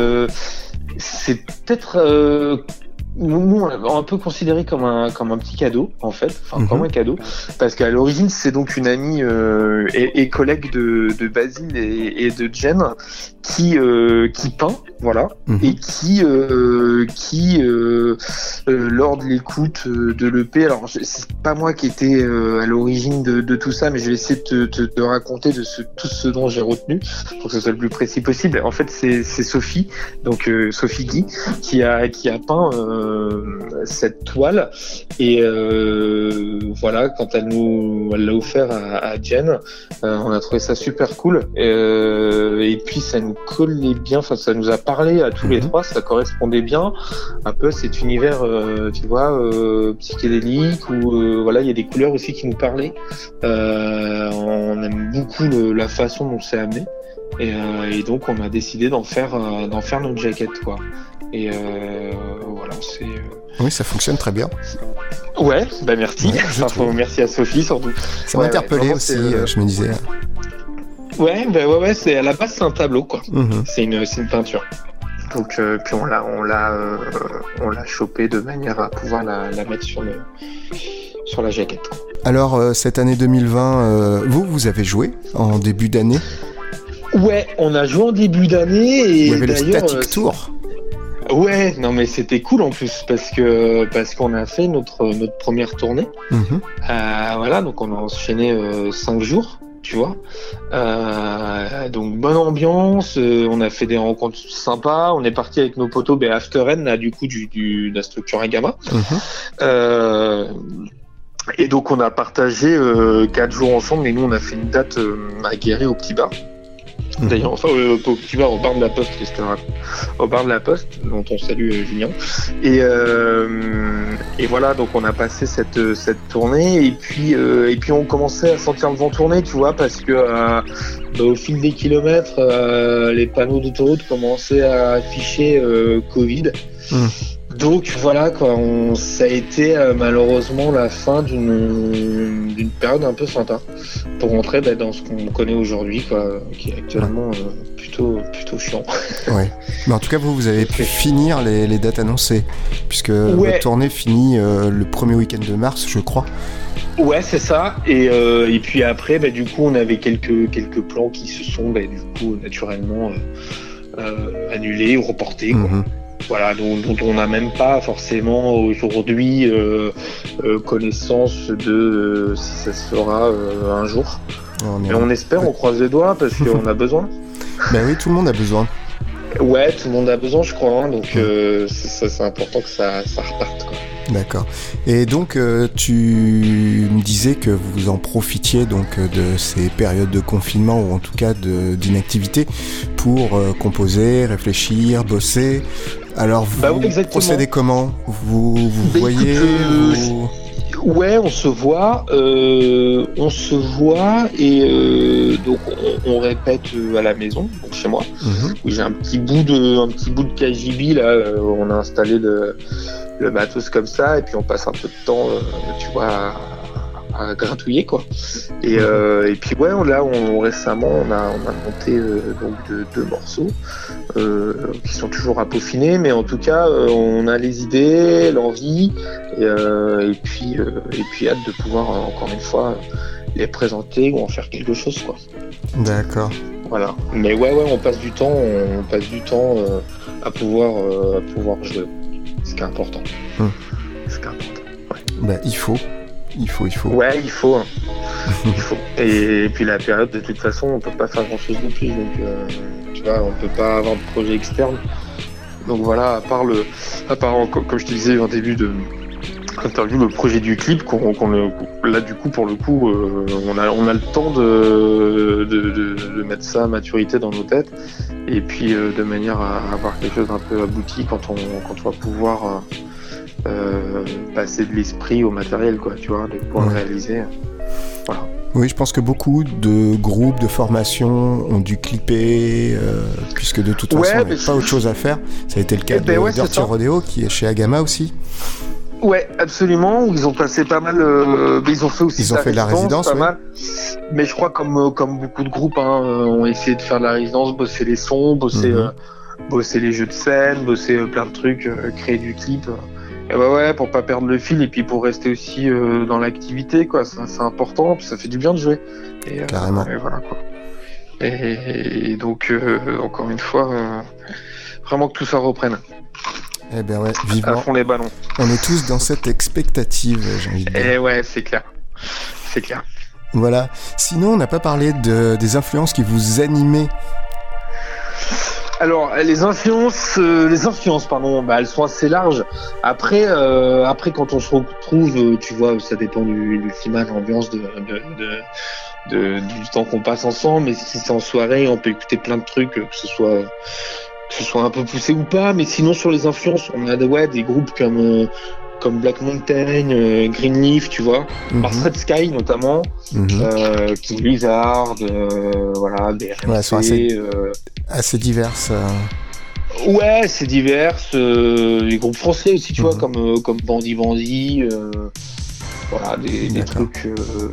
[SPEAKER 5] peut-être nous on peut considérer comme un petit cadeau, en fait, comme un cadeau, parce qu'à l'origine c'est donc une amie et collègue de Basile et de Jen qui peint, voilà, et qui lors de l'écoute de l'EP, alors c'est pas moi qui était à l'origine de tout ça, mais je vais essayer de raconter tout ce dont j'ai retenu pour que ce soit le plus précis possible. En fait, c'est Sophie, donc Sophie Guy, qui a peint cette toile, et voilà, quand elle l'a offert à Jen, on a trouvé ça super cool, et puis ça nous collait bien, enfin ça nous a parlé à tous les trois, ça correspondait bien un peu à cet univers, tu vois, psychédélique, où voilà, il y a des couleurs aussi qui nous parlaient. On aime beaucoup la façon dont c'est amené, et donc on a décidé d'en faire notre jaquette, quoi. Et voilà, c'est.
[SPEAKER 4] Oui, ça fonctionne très bien.
[SPEAKER 5] Ouais, merci. Ouais, merci à Sophie surtout.
[SPEAKER 4] Ça m'a interpellé aussi, je me disais.
[SPEAKER 5] Ouais, c'est à la base c'est un tableau, quoi. C'est une peinture. Donc puis on l'a chopé de manière à pouvoir la mettre sur la jaquette.
[SPEAKER 4] Alors cette année 2020, vous avez joué en début d'année ?
[SPEAKER 5] Ouais, on a joué en début d'année, et
[SPEAKER 4] il y avait
[SPEAKER 5] d'ailleurs,
[SPEAKER 4] le Static Tour.
[SPEAKER 5] Ouais, non mais c'était cool en plus parce qu'on a fait notre première tournée. Voilà, donc on a enchaîné 5 jours, tu vois. Donc bonne ambiance, on a fait des rencontres sympas, on est parti avec nos potos After N, là, du coup de la structure Agama. Et donc on a partagé 4 jours ensemble, et nous on a fait une date à Guéret au Petit Bar. D'ailleurs, enfin au Petit Bar, au bar de la Poste, au bar de la Poste, dont on salue Julien. Et voilà, donc on a passé cette tournée, et puis on commençait à sentir le vent tourner, tu vois, parce que au fil des kilomètres, les panneaux d'autoroute commençaient à afficher Covid. Donc voilà, quoi, ça a été malheureusement la fin d'une période un peu sympa pour rentrer dans ce qu'on connaît aujourd'hui, quoi, qui est actuellement plutôt chiant. Ouais.
[SPEAKER 4] Mais en tout cas, vous avez pu finir les dates annoncées, puisque votre tournée finit le premier week-end de mars, je crois.
[SPEAKER 5] Ouais, c'est ça. Et puis après, du coup, on avait quelques plans qui se sont du coup naturellement annulés ou reportés, quoi. Voilà, dont on n'a même pas forcément aujourd'hui connaissance de si ça se fera un jour. Mais on espère, on croise les doigts, parce qu'on a besoin.
[SPEAKER 4] Ben oui, tout le monde a besoin.
[SPEAKER 5] Ouais, tout le monde a besoin, je crois. Donc c'est important que ça reparte, quoi.
[SPEAKER 4] D'accord. Et donc, tu me disais que vous en profitiez donc de ces périodes de confinement ou en tout cas d'inactivité pour composer, réfléchir, bosser. Alors, vous procédez comment ? Vous voyez
[SPEAKER 5] Ouais, on se voit et donc on répète à la maison, donc chez moi. Où j'ai un petit bout de KGB là, on a installé le matos comme ça et puis on passe un peu de temps, tu vois, à gratouiller quoi. Et puis ouais, récemment on a monté donc deux morceaux qui sont toujours à peaufiner, mais en tout cas on a les idées, l'envie et puis hâte de pouvoir encore une fois les présenter ou en faire quelque chose quoi.
[SPEAKER 4] D'accord.
[SPEAKER 5] Voilà. Mais ouais, on passe du temps à pouvoir jouer. Ce qui est important. Ce qui est important. Ouais.
[SPEAKER 4] Bah, il faut.
[SPEAKER 5] Ouais, il faut. Il faut. Et puis la période, de toute façon, on peut pas faire grand chose de plus. Donc, tu vois, on peut pas avoir de projet externe. Donc voilà, à part comme je te disais en début de interview, le projet du clip, là du coup, pour le coup, on a le temps de mettre ça à maturité dans nos têtes. Et puis de manière à avoir quelque chose d'un peu abouti quand on va pouvoir passer de l'esprit au matériel, quoi, tu vois, de pouvoir le réaliser. Voilà.
[SPEAKER 4] Oui, je pense que beaucoup de groupes de formation ont dû clipper, puisque de toute façon, il n'y avait pas autre chose à faire. Ça a été le cas de Dirty Rodeo, qui est chez Agama aussi.
[SPEAKER 5] Ouais, absolument. Ils ont passé pas mal. Ils ont fait aussi.
[SPEAKER 4] Ils ont fait de la résidence,
[SPEAKER 5] pas mal. Mais je crois comme beaucoup de groupes ont essayé de faire de la résidence, bosser les sons, bosser les jeux de scène, bosser plein de trucs, créer du clip. Et ouais, pour pas perdre le fil et puis pour rester aussi dans l'activité, quoi. C'est important, puis ça fait du bien de jouer. Et,
[SPEAKER 4] carrément.
[SPEAKER 5] Et voilà, quoi. Et donc encore une fois, vraiment que tout ça reprenne.
[SPEAKER 4] Eh ben ouais, vivement.
[SPEAKER 5] À fond les ballons.
[SPEAKER 4] On est tous dans cette expectative, j'ai envie de dire.
[SPEAKER 5] Et ouais, c'est clair. C'est clair.
[SPEAKER 4] Voilà. Sinon, on n'a pas parlé des influences qui vous animaient.
[SPEAKER 5] Alors, les influences, elles sont assez larges. Après, quand on se retrouve, tu vois, ça dépend du climat, de l'ambiance, du temps qu'on passe ensemble. Mais si c'est en soirée, on peut écouter plein de trucs, que ce soit un peu poussé ou pas, mais sinon sur les influences, on a des groupes comme Black Mountain, Greenleaf, tu vois, Mars Red Sky notamment, King Lizard, voilà, des RMC,
[SPEAKER 4] sont assez diverses.
[SPEAKER 5] Ouais, c'est diverses. Les groupes français aussi, tu vois, comme Bandit. Voilà, des trucs.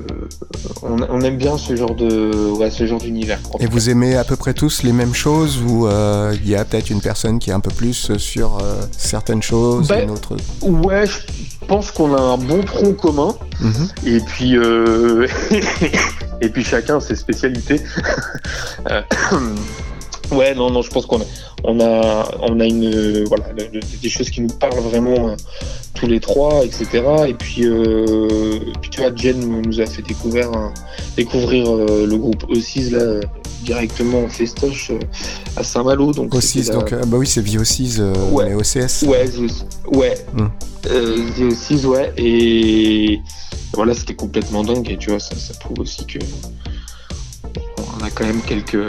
[SPEAKER 5] On aime bien ce genre d'univers.
[SPEAKER 4] Et vous aimez à peu près tous les mêmes choses ou il y a peut-être une personne qui est un peu plus sur certaines choses et une autre? Ouais,
[SPEAKER 5] je pense qu'on a un bon tronc commun. Et puis et puis chacun ses spécialités. Ouais, non, je pense qu'on a une des choses qui nous parlent vraiment tous les trois, etc. Et puis tu vois, Jen nous a fait découvrir le groupe Ossies là directement en festoche à Saint-Malo. Donc
[SPEAKER 4] Ossies, donc bah oui, c'est The Ossies, mais OCS.
[SPEAKER 5] Ouais. The Ossies, ouais. Et voilà, c'était complètement dingue. Et tu vois, ça prouve aussi que on a quand même quelques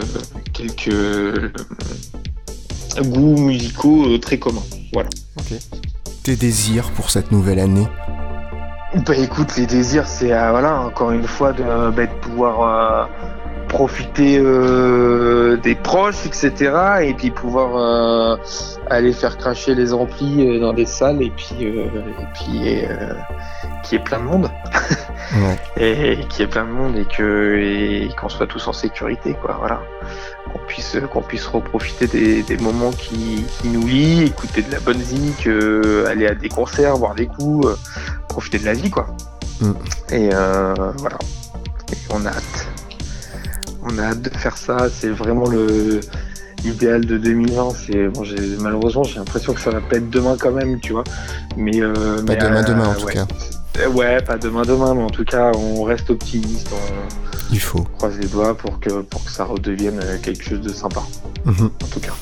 [SPEAKER 5] goûts musicaux très communs. Voilà.
[SPEAKER 4] Ok. Tes désirs pour cette nouvelle année?
[SPEAKER 5] Bah écoute, les désirs, c'est encore une fois de pouvoir profiter des proches, etc. Et puis pouvoir aller faire cracher les amplis dans des salles et puis qu'il y ait plein de monde.
[SPEAKER 4] Ouais.
[SPEAKER 5] Et qu'il y ait plein de monde et qu'on soit tous en sécurité, quoi. Voilà. Qu'on puisse reprofiter des moments qui nous lient, écouter de la bonne musique, aller à des concerts, voir des coups, profiter de la vie, quoi. Et voilà. Et on a hâte. On a hâte de faire ça. C'est vraiment l'idéal de 2020. Malheureusement, j'ai l'impression que ça va pas être demain quand même, tu vois. Mais
[SPEAKER 4] demain en tout cas.
[SPEAKER 5] Ouais, pas demain, mais en tout cas, on reste optimiste.
[SPEAKER 4] Il faut.
[SPEAKER 5] On croise les doigts pour que ça redevienne quelque chose de sympa. En tout cas.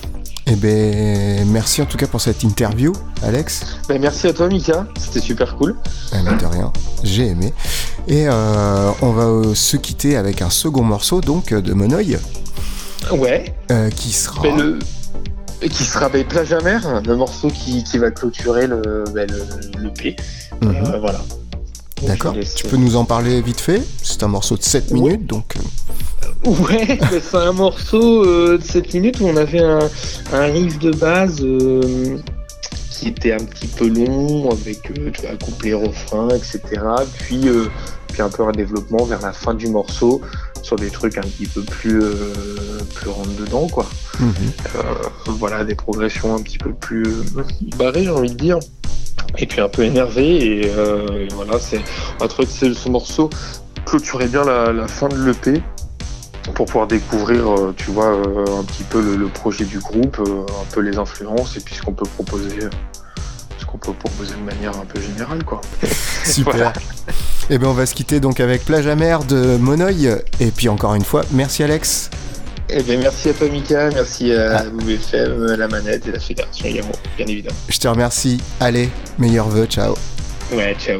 [SPEAKER 4] Eh ben, merci en tout cas pour cette interview, Alex.
[SPEAKER 5] Ben, merci à toi, Mika. C'était super cool.
[SPEAKER 4] Mais de rien, j'ai aimé. Et on va se quitter avec un second morceau, donc, de Monoï.
[SPEAKER 5] Ouais.
[SPEAKER 4] Qui sera...
[SPEAKER 5] Qui sera Plage amère, le morceau qui va clôturer le P. Voilà.
[SPEAKER 4] D'accord. Tu peux nous en parler vite fait ? C'est un morceau de 7 minutes, donc...
[SPEAKER 5] Ouais, c'est un morceau de 7 minutes où on avait un riff de base qui était un petit peu long, avec couplet, refrain, etc. Puis un peu un développement vers la fin du morceau sur des trucs un petit peu plus rentre dedans, quoi. Voilà, des progressions un petit peu plus barrées, j'ai envie de dire. Et puis un peu énervé, et voilà, c'est un truc, ce morceau clôturait bien la fin de l'EP pour pouvoir découvrir, tu vois, un petit peu le projet du groupe, un peu les influences, et puis ce qu'on peut proposer de manière un peu générale, quoi.
[SPEAKER 4] Super.
[SPEAKER 5] Voilà.
[SPEAKER 4] Et ben on va se quitter donc avec Plage amère de Monoï, et puis encore une fois, merci Alex.
[SPEAKER 5] Eh bien, merci à toi, Mika, merci à WFM, la manette et la fédération également, bien évidemment.
[SPEAKER 4] Je te remercie. Allez, meilleurs vœux, ciao.
[SPEAKER 5] Ouais, ciao.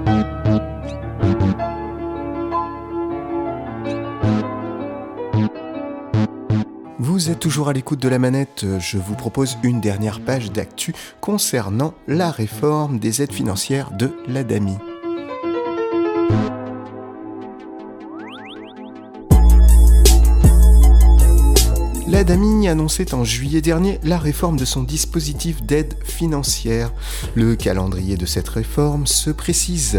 [SPEAKER 4] Vous êtes toujours à l'écoute de la manette, je vous propose une dernière page d'actu concernant la réforme des aides financières de l'ADAMI. L'ADAMI annonçait en juillet dernier la réforme de son dispositif d'aide financière. Le calendrier de cette réforme se précise.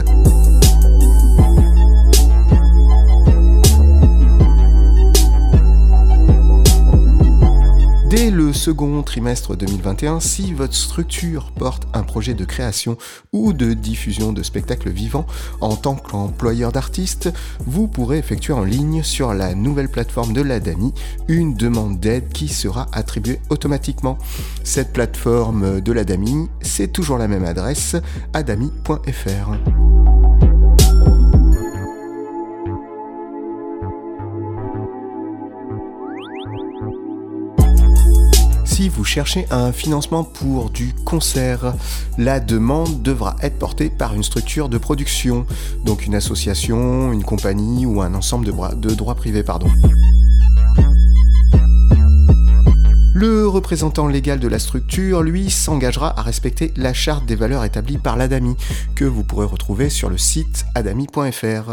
[SPEAKER 4] Dès le second trimestre 2021, si votre structure porte un projet de création ou de diffusion de spectacles vivants en tant qu'employeur d'artistes, vous pourrez effectuer en ligne sur la nouvelle plateforme de l'ADAMI une demande d'aide qui sera attribuée automatiquement. Cette plateforme de l'ADAMI, c'est toujours la même adresse, adami.fr. Si vous cherchez un financement pour du concert, la demande devra être portée par une structure de production, donc une association, une compagnie ou un ensemble de droits privés. Le représentant légal de la structure, lui, s'engagera à respecter la charte des valeurs établie par l'ADAMI, que vous pourrez retrouver sur le site adami.fr.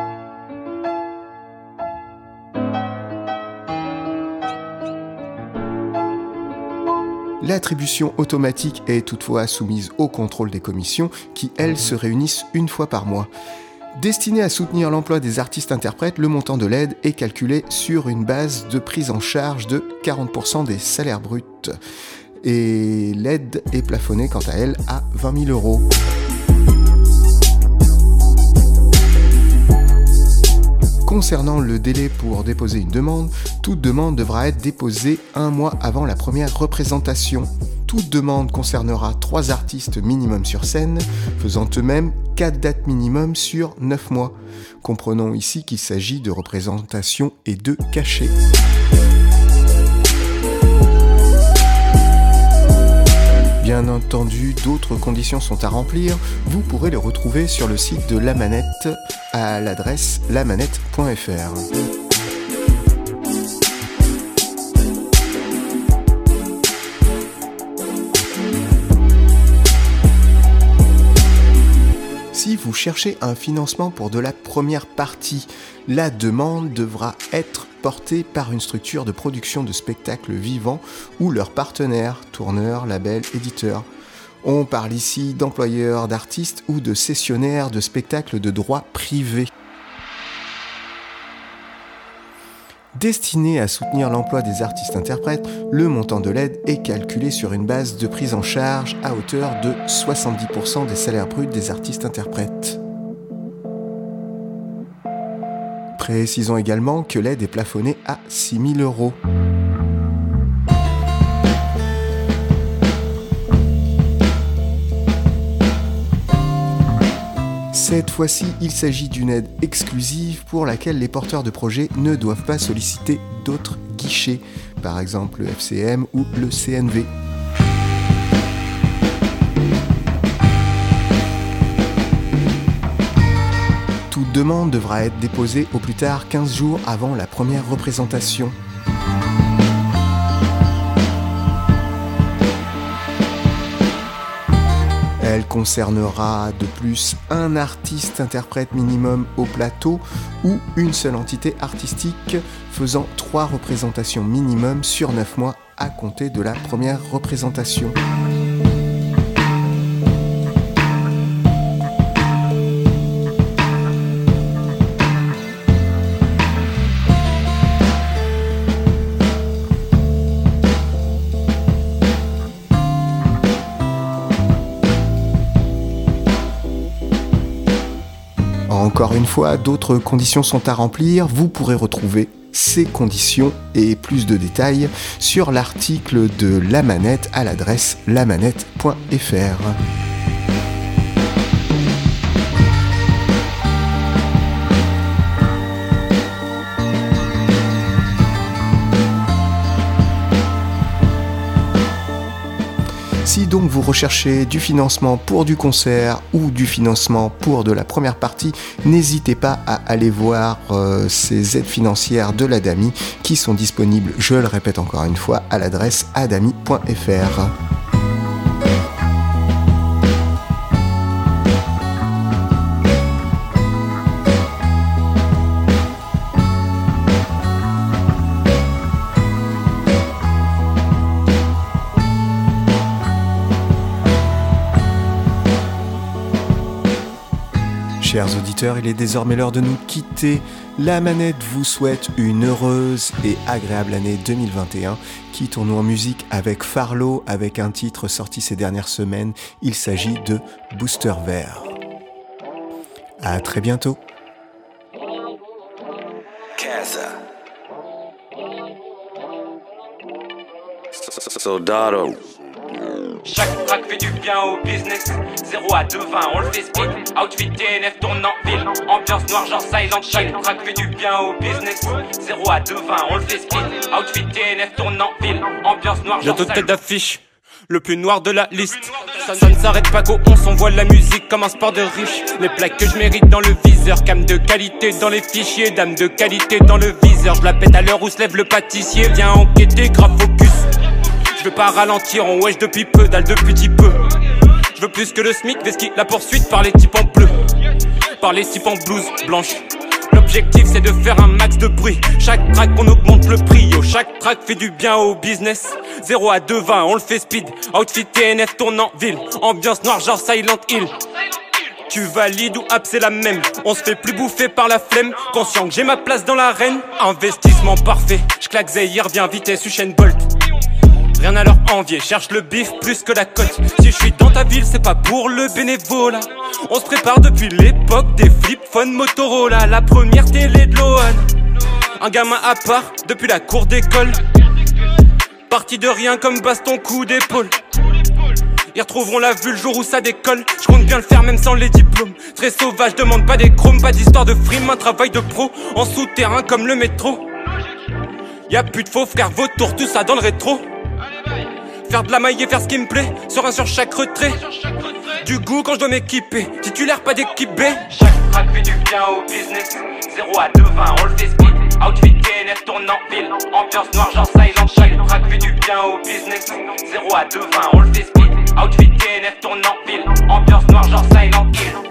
[SPEAKER 4] L'attribution automatique est toutefois soumise au contrôle des commissions qui, elles, se réunissent une fois par mois. Destiné à soutenir l'emploi des artistes-interprètes, le montant de l'aide est calculé sur une base de prise en charge de 40% des salaires bruts. Et l'aide est plafonnée quant à elle à 20 000 €. Concernant le délai pour déposer une demande, toute demande devra être déposée 1 mois avant la première représentation. Toute demande concernera 3 artistes minimum sur scène, faisant eux-mêmes 4 dates minimum sur 9 mois. Comprenons ici qu'il s'agit de représentations et de cachets. Bien entendu, d'autres conditions sont à remplir. Vous pourrez les retrouver sur le site de La Manette à l'adresse lamanette.fr. Si vous cherchez un financement pour de la première partie, la demande devra être portée par une structure de production de spectacles vivants ou leur partenaire, tourneur, label, éditeur. On parle ici d'employeurs d'artistes ou de cessionnaires de spectacles de droit privé. Destiné à soutenir l'emploi des artistes-interprètes, le montant de l'aide est calculé sur une base de prise en charge à hauteur de 70% des salaires bruts des artistes-interprètes. Précisons également que l'aide est plafonnée à 6 000 €. Cette fois-ci, il s'agit d'une aide exclusive pour laquelle les porteurs de projets ne doivent pas solliciter d'autres guichets, par exemple le FCM ou le CNV. Toute demande devra être déposée au plus tard 15 jours avant la première représentation. Elle concernera de plus un artiste-interprète minimum au plateau ou une seule entité artistique faisant 3 représentations minimum sur 9 mois à compter de la première représentation. Encore une fois, d'autres conditions sont à remplir. Vous pourrez retrouver ces conditions et plus de détails sur l'article de La Manette à l'adresse lamanette.fr. Si donc vous recherchez du financement pour du concert ou du financement pour de la première partie, n'hésitez pas à aller voir ces aides financières de l'Adami qui sont disponibles, je le répète encore une fois, à l'adresse adami.fr. Chers auditeurs, il est désormais l'heure de nous quitter. La Manette vous souhaite une heureuse et agréable année 2021. Quittons-nous en musique avec Farlow, avec un titre sorti ces dernières semaines. Il s'agit de Booster Vert. À très bientôt.
[SPEAKER 6] Soldado. Chaque track fait du bien au business. 0 à 2, 20, on le fait speed. Outfit TNF tourne en ville. Ambiance noire genre Silent Hill. Chaque track fait du bien au business. 0 à 2, 20, on le fait speed. Outfit TNF tourne en ville. Ambiance noire genre Silent Hill. Bientôt tête d'affiche, le plus noir de la liste. Ça ne s'arrête pas qu'au 11, on voit la musique comme un sport de riche. Les plaques que je mérite dans le viseur, cam de qualité dans les fichiers, dame de qualité dans le viseur. Je la pète à l'heure où se lève le pâtissier, viens enquêter, grave focus. Je veux pas ralentir, on wesh depuis peu, dalle depuis petit peu. Je veux plus que le SMIC, Veski, la poursuite par les types en bleu, par les types en blouse blanche. L'objectif c'est de faire un max de bruit. Chaque track on augmente le prix, yo. Chaque track fait du bien au business. 0 à 2, 20, on le fait speed. Outfit TNF tourne en ville. Ambiance noire genre Silent Hill. Tu valides ou app c'est la même. On se fait plus bouffer par la flemme. Conscient que j'ai ma place dans l'arène. Investissement parfait. J'claque Zahir, viens vitesse Usain Bolt. Rien à leur envier, cherche le bif plus que la cote. Si je suis dans ta ville, c'est pas pour le bénévolat. On se prépare depuis l'époque des flip phones Motorola. La première télé de l'OAN. Un gamin à part depuis la cour d'école. Parti de rien comme baston coup d'épaule. Ils retrouveront la vue le jour où ça décolle. Je compte bien le faire même sans les diplômes. Très sauvage, demande pas des chromes. Pas d'histoire de frime, un travail de pro. En souterrain comme le métro. Y'a plus de faux frères vautours, tout ça dans le rétro. Faire de la maille et faire ce qui me plaît. Serein sur chaque retrait. Du goût quand je dois m'équiper. Titulaire pas d'équipe B. Chaque track fait du bien au business. 0 à 2, 20, on le fait speed. Outfit TNF tourne en ville. Ambiance noire genre Silent Hill. Chaque track fait du bien au business. 0 à 2, 20, on le fait speed. Outfit TNF tourne en ville. Ambiance noire genre Silent Hill.